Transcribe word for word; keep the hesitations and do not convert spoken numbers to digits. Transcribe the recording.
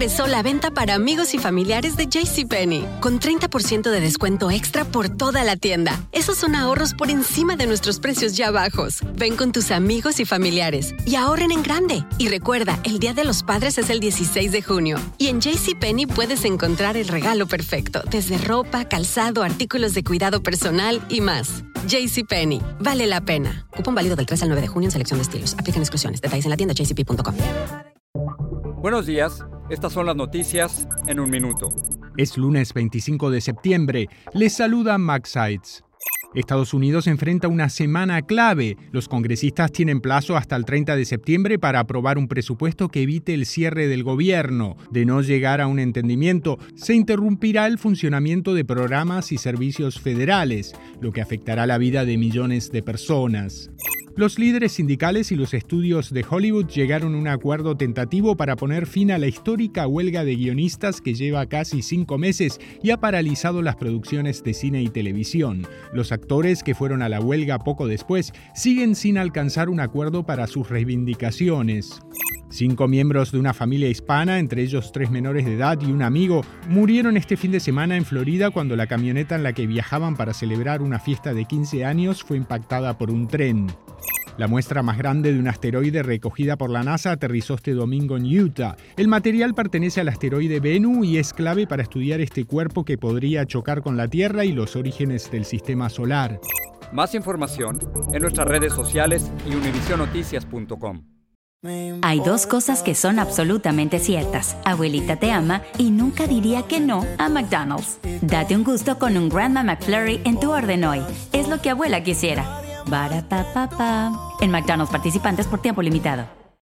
regresó la venta para amigos y familiares de JCPenney, con treinta por ciento de descuento extra por toda la tienda. Esos son ahorros por encima de nuestros precios ya bajos. Ven con tus amigos y familiares y ahorren en grande. Y recuerda, el Día de los Padres es el dieciséis de junio. Y en JCPenney puedes encontrar el regalo perfecto, desde ropa, calzado, artículos de cuidado personal y más. JCPenney, vale la pena. Cupón válido del tres al nueve de junio en selección de estilos. Aplican exclusiones. Detalles en la tienda j c p punto com. Buenos días, estas son las noticias en un minuto. Es lunes veinticinco de septiembre. Les saluda Max Seitz. Estados Unidos enfrenta una semana clave. Los congresistas tienen plazo hasta el treinta de septiembre para aprobar un presupuesto que evite el cierre del gobierno. De no llegar a un entendimiento, se interrumpirá el funcionamiento de programas y servicios federales, lo que afectará la vida de millones de personas. Los líderes sindicales y los estudios de Hollywood llegaron a un acuerdo tentativo para poner fin a la histórica huelga de guionistas que lleva casi cinco meses y ha paralizado las producciones de cine y televisión. Los actores que fueron a la huelga poco después siguen sin alcanzar un acuerdo para sus reivindicaciones. Cinco miembros de una familia hispana, entre ellos tres menores de edad y un amigo, murieron este fin de semana en Florida cuando la camioneta en la que viajaban para celebrar una fiesta de quince años fue impactada por un tren. La muestra más grande de un asteroide recogida por la NASA aterrizó este domingo en Utah. El material pertenece al asteroide Bennu y es clave para estudiar este cuerpo que podría chocar con la Tierra y los orígenes del sistema solar. Más información en nuestras redes sociales y univision noticias punto com. Hay dos cosas que son absolutamente ciertas. Abuelita te ama y nunca diría que no a McDonald's. Date un gusto con un Grandma McFlurry en tu orden hoy. Es lo que abuela quisiera. Ba-da-pa-pa-pa. En McDonald's participantes por tiempo limitado.